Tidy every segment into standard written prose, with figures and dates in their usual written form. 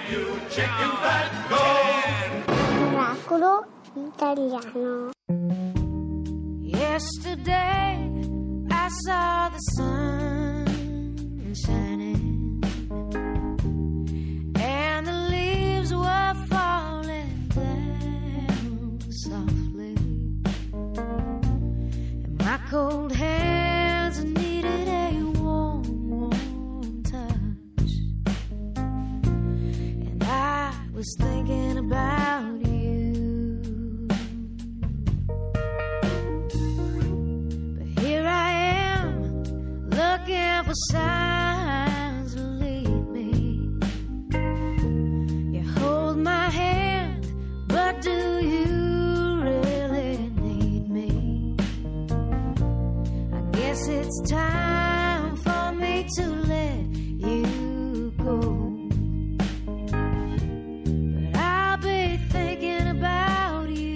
you chicken fat, go! Miracolo italiano. Yesterday I saw the sun shining and the leaves were falling down softly, and my cold hands needed a warm, warm touch, and I was thinking about you. Looking for signs to lead me. You hold my hand, but do you really need me? I guess it's time for me to let you go. But I'll be thinking about you.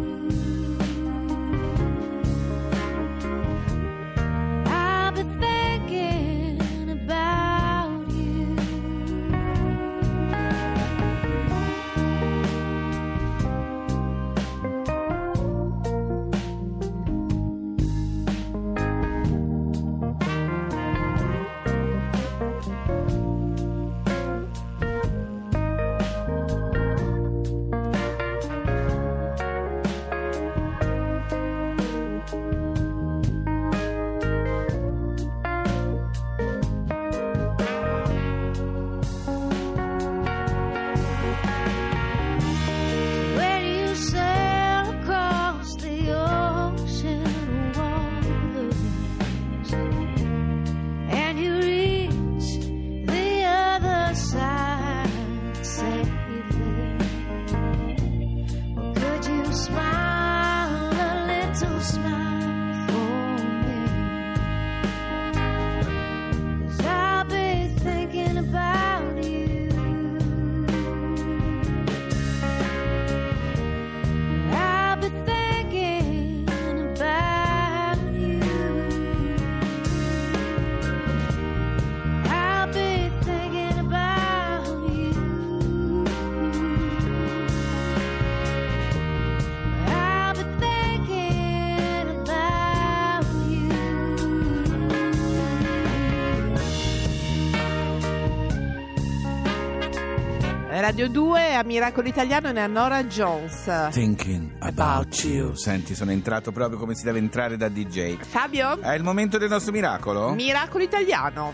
Radio 2 a Miracolo Italiano e a Nora Jones. Thinking about you. Senti, sono entrato proprio come si deve entrare da DJ. Fabio? È il momento del nostro miracolo? Miracolo Italiano.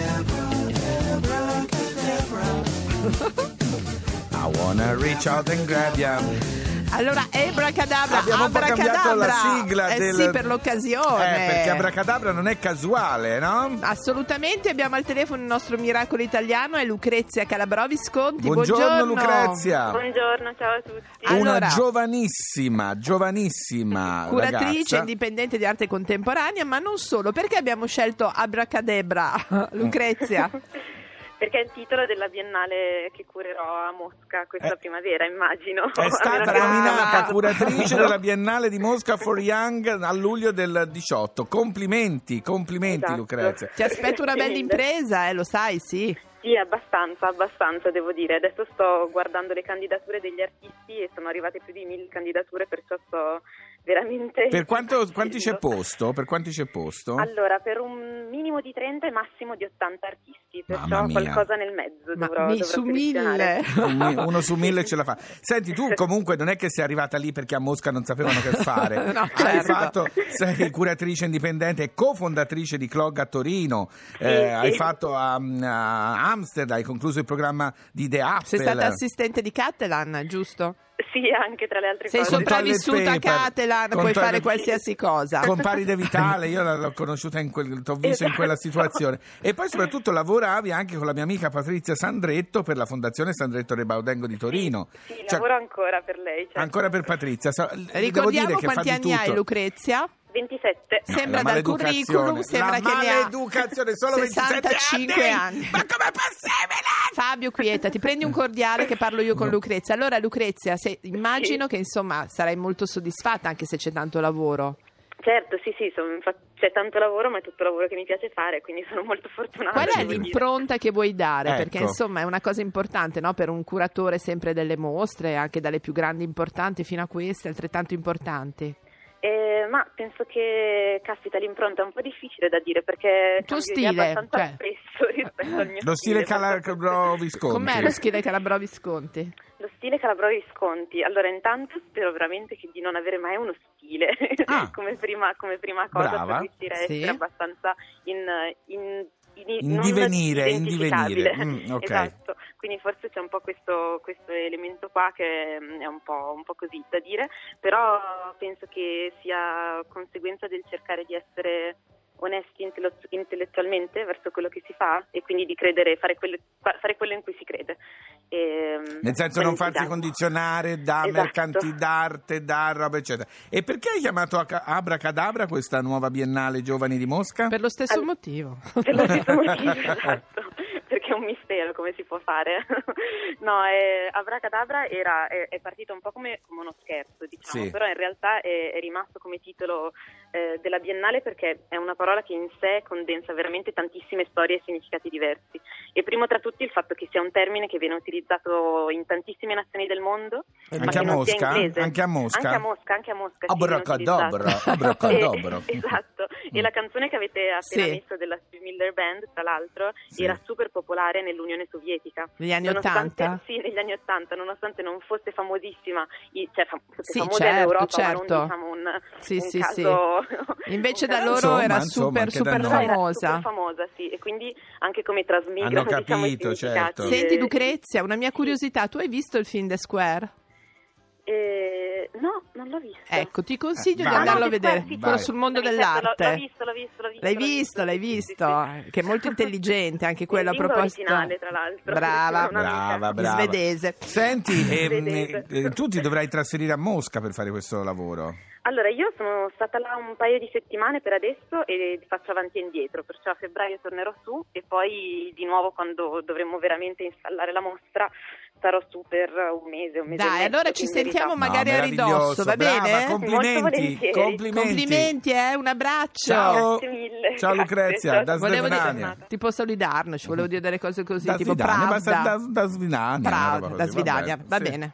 I wanna reach out and grab ya. Allora, Abracadabra. Abbiamo un po' cambiato la sigla sì, per l'occasione. Perché Abracadabra non è casuale, no? Assolutamente. Abbiamo al telefono il nostro Miracolo Italiano, è Lucrezia Calabro Visconti. Buongiorno Lucrezia. Buongiorno, ciao a tutti. Una Allora, giovanissima curatrice ragazza. indipendente di arte contemporanea, ma non solo. Perché abbiamo scelto Abracadabra, Lucrezia? Perché è il titolo della biennale che curerò a Mosca questa primavera, immagino. È stata nominata curatrice della Biennale di Mosca for Young a luglio del 18. Complimenti, Esatto. Lucrezia. Ti aspetto una bella impresa, lo sai, sì. Sì, abbastanza devo dire. Adesso sto guardando le candidature degli artisti e sono arrivate più di 1000 candidature, perciò sto veramente... Per quanti c'è posto? Per quanti c'è posto? Allora, per un minimo di 30 e massimo di 80 artisti, perciò Mamma mia. qualcosa nel mezzo dovrò su selezionare. 1000. Uno su 1000 ce la fa. Senti, tu comunque non è che sei arrivata lì perché a Mosca non sapevano che fare. No, certo. Sei curatrice indipendente e cofondatrice di Clog a Torino. Sì. Hai fatto a Amsterdam, hai concluso il programma di The Apple. Sei stata assistente di Catalan, giusto? Sì, anche tra le altre Sei cose. sopravvissuta a Catalan, puoi fare qualsiasi cosa. Con Pari De Vitale, io l'ho conosciuta t'ho visto in quella situazione. E poi soprattutto lavoravi anche con la mia amica Patrizia Sandretto per la Fondazione Sandretto Rebaudengo di Torino. Sì, lavoro ancora per lei. Certo. Ancora per Patrizia. Ricordiamo devo dire che quanti fa di anni tutto. hai, Lucrezia? 27. Sembra dal curriculum, sembra che ne ha maleducazione, solo 65 anni. Ma com'è possibile? Fabio, quietati, prendi un cordiale che parlo io con Lucrezia. Allora Lucrezia, immagino che insomma sarai molto soddisfatta anche se c'è tanto lavoro. Certo, sì, c'è tanto lavoro, ma è tutto lavoro che mi piace fare, quindi sono molto fortunata. Qual è devo dire. l'impronta che vuoi dare? Ecco. Perché insomma è una cosa importante, no? Per un curatore sempre delle mostre, anche dalle più grandi importanti fino a queste altrettanto importanti. Ma penso che, caspita, l'impronta è un po' difficile da dire, perché Il tuo cambio idea stile, abbastanza cioè. spesso rispetto al mio Lo stile stile. Calabrò Visconti. Com'è lo stile Calabrò Visconti? Lo stile Calabrò Visconti. Allora, intanto spero veramente di non avere mai uno stile come prima cosa. Brava. Per riuscire a Sì. essere abbastanza In divenire. Ok. Esatto, quindi forse c'è un po' questo elemento qua che è un po' così da dire, però penso che sia conseguenza del cercare di essere onesti intellettualmente verso quello che si fa, e quindi di credere, fare quello in cui si crede. Nel senso non farsi condizionare da Esatto. mercanti d'arte, da roba eccetera. E perché hai chiamato Abracadabra questa nuova Biennale Giovani di Mosca? Per lo stesso motivo. Per lo stesso motivo, esatto, perché è un mistero come si può fare. No, Abracadabra è partito un po' come uno scherzo, diciamo, Sì. però in realtà è rimasto come titolo della Biennale, perché è una parola che in sé condensa veramente tantissime storie e significati diversi. E primo tra tutti il fatto che sia un termine che viene utilizzato in tantissime nazioni del mondo, ma Anche che a non sia Mosca? inglese. Anche a Mosca? Anche a Mosca. sì, Abracadabra, viene utilizzato. abracadabra. Esatto. E la canzone che avete appena Sì. messo della Steve Miller Band, tra l'altro, Sì. era super popolare nell'Unione Sovietica. Negli anni Nonostante- 80? Sì, negli anni 80, nonostante non fosse famosissima, fosse Sì, famosa certo, in Europa, certo. ma non diciamo un Sì, sì, caso... Invece un da caso- loro era Insomma, anche da super noi. Era famosa. super famosa, sì, e quindi anche come trasmigrano, Hanno capito, diciamo, i significati. certo. Senti Lucrezia, una mia curiosità, tu hai visto il film The Square? No, non l'ho visto. Ecco, ti consiglio di vai. andarlo a Ah, no, vedere, sì, quello vai. sul mondo Sì, certo, dell'arte. L'ho visto. L'hai Sì, visto? sì. Che è molto intelligente anche quello a In lingua proposito. originale, tra l'altro. Brava, Un'amica. Brava. Svedese. Senti, Svedese. tu ti dovrai trasferire a Mosca per fare questo lavoro. Allora, io sono stata là un paio di settimane per adesso e faccio avanti e indietro, perciò a febbraio tornerò su e poi di nuovo quando dovremo veramente installare la mostra sarò su per un mese e Dai, mezzo. allora ci quindi sentiamo diciamo- magari a meraviglioso, ridosso, va brava, bene? Complimenti, Molto volentieri. Complimenti, un abbraccio. Ciao. Grazie mille. Ciao Grazie, Lucrezia, ciao. da Volevo Svedania. dire, tipo Solidarno, ci volevo dire delle cose così, Da tipo Svidania, basta Pravda. da Svidania. una roba Pravda, così, da Svidania, vabbè, va sì. bene.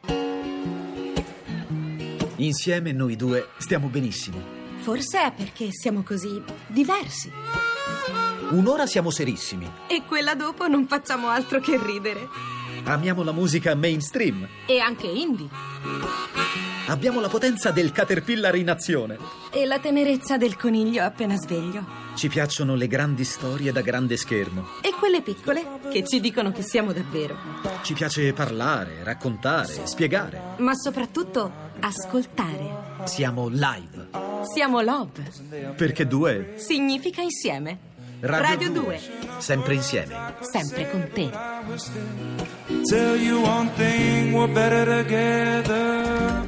Insieme noi due stiamo benissimo. Forse è perché siamo così diversi. Un'ora siamo serissimi. E quella dopo non facciamo altro che ridere. Amiamo la musica mainstream. E anche indie. Abbiamo la potenza del caterpillar in azione. E la tenerezza del coniglio appena sveglio. Ci piacciono le grandi storie da grande schermo. E quelle piccole che ci dicono che siamo davvero. Ci piace parlare, raccontare, spiegare. Ma soprattutto ascoltare. Siamo live. Siamo Love. Perché due? Significa insieme. Radio 2. Sempre insieme. Sempre con te. Tell you one thing, we're better together.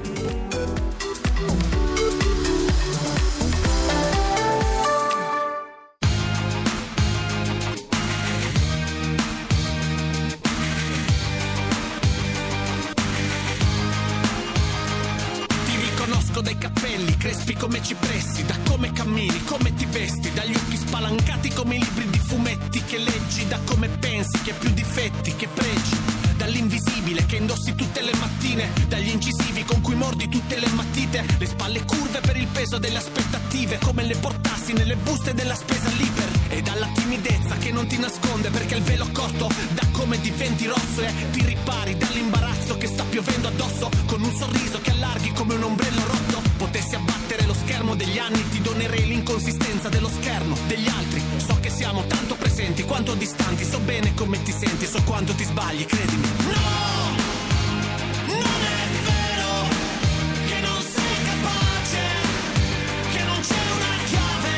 Ti riconosco dai capelli, crespi come cipressi, da come cammini, come ti vesti, dagli occhi spalancati come i libri di fumetti che leggi, da come pensi, che più difetti, che pregi, dall'invisibile che indossi tutte le mattine, dagli incisivi con cui mordi tutte le matite, le spalle curve per il peso delle aspettative, come le portassi nelle buste della spesa l'iper, e dalla timidezza che non ti nasconde perché il velo corto da come diventi rosso e ti ripari dall'imbarazzo che sta piovendo addosso, con un sorriso che allarghi come un ombrello rotto. Potessi abbattere lo schermo degli anni, ti donerei l'inconsistenza dello schermo degli altri. So che siamo tanto presenti quanto distanti, so bene come ti senti, so quanto ti sbagli, credimi. No! Non è vero che non sei capace, che non c'è una chiave.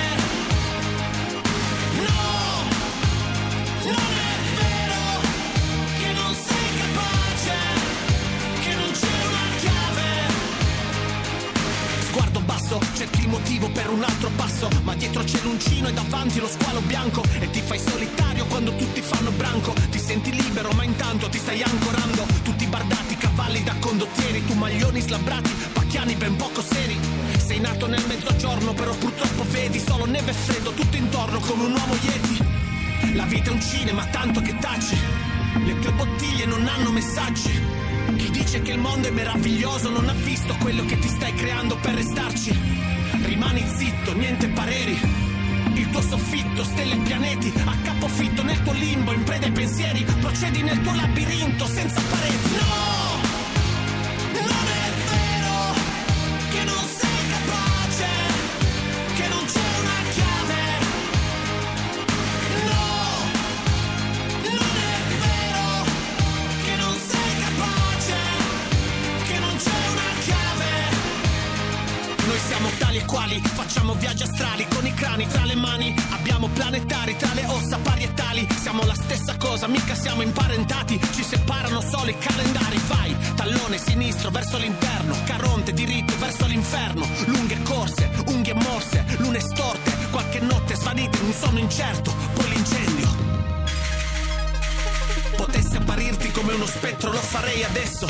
No! Non è vero che non sei capace, che non c'è una chiave. Sguardo basso, cerchi il motivo per un altro passo, ma dietro c'è l'uncino e davanti lo squalo bianco, e ti fai solitario quando tutti fanno branco. Ti senti libero ma intanto ti stai ancorando, tutti bardati, cavalli da condottieri, tu maglioni slabbrati, pacchiani ben poco seri. Sei nato nel mezzogiorno, però purtroppo vedi solo neve e freddo tutto intorno come un uomo Yeti. La vita è un cinema, tanto che taci, le tue bottiglie non hanno messaggi. Chi dice che il mondo è meraviglioso non ha visto quello che ti stai creando per restarci. Rimani zitto, niente pareri. Il tuo soffitto, stelle e pianeti, a capofitto nel tuo limbo, in preda ai pensieri, procedi nel tuo labirinto senza pareti. No, non è vero che non sei capace, che non c'è una chiave. No, non è vero che non sei capace, che non c'è una chiave. Noi siamo tali e quali, facciamo viaggi astrali con i crani tra le mani, abbiamo planetari tra le ossa parietali. Siamo la stessa cosa, mica siamo imparentati, ci separano solo i calendari. Vai, tallone sinistro verso l'interno, Caronte diritto verso l'inferno. Lunghe corse, unghie morse, lune storte, qualche notte svanita in un sonno incerto, poi l'incendio. Potessi apparirti come uno spettro, lo farei adesso,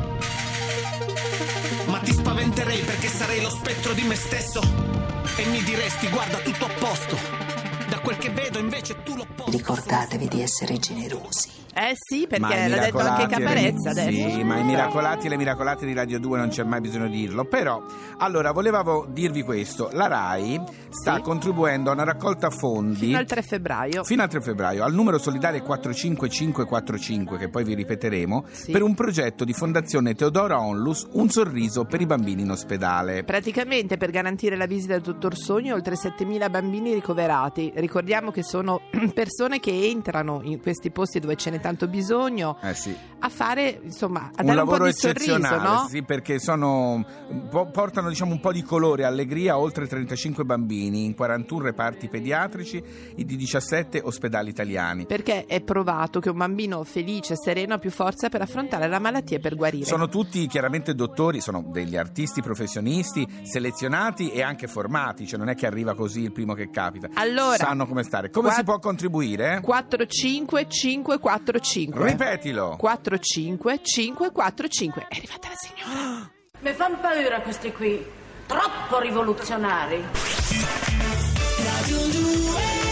ma ti spaventerei perché sarei lo spettro di me stesso. E mi diresti guarda tutto a posto, da quel che vedo invece tu l'opposto. Ricordatevi di essere generosi. Sì, perché l'ha detto anche Caparezza adesso. Sì, ma i miracolati e le miracolate di Radio 2 non c'è mai bisogno di dirlo. Però, allora, volevo dirvi questo. La RAI sta contribuendo a una raccolta fondi fino al 3 febbraio. Fino al 3 febbraio, al numero solidale 45545, che poi vi ripeteremo, per un progetto di Fondazione Teodora Onlus, Un sorriso per i bambini in ospedale. Praticamente per garantire la visita del dottor Sogno, oltre 7.000 bambini ricoverati. Ricordiamo che sono persone che entrano in questi posti dove ce n'è tanto bisogno a fare, insomma, a dare un po' di sorriso, no? Sì, perché portano diciamo un po' di colore, allegria a oltre 35 bambini in 41 reparti pediatrici e di 17 ospedali italiani. Perché è provato che un bambino felice e sereno ha più forza per affrontare la malattia e per guarire. Sono tutti chiaramente dottori, sono degli artisti professionisti selezionati e anche formati, cioè non è che arriva così il primo che capita. Allora, sanno come stare. Come si può contribuire? 45545. Ripetilo. 45545. È arrivata la signora. Mi fanno paura questi qui, troppo rivoluzionari. Radio 2.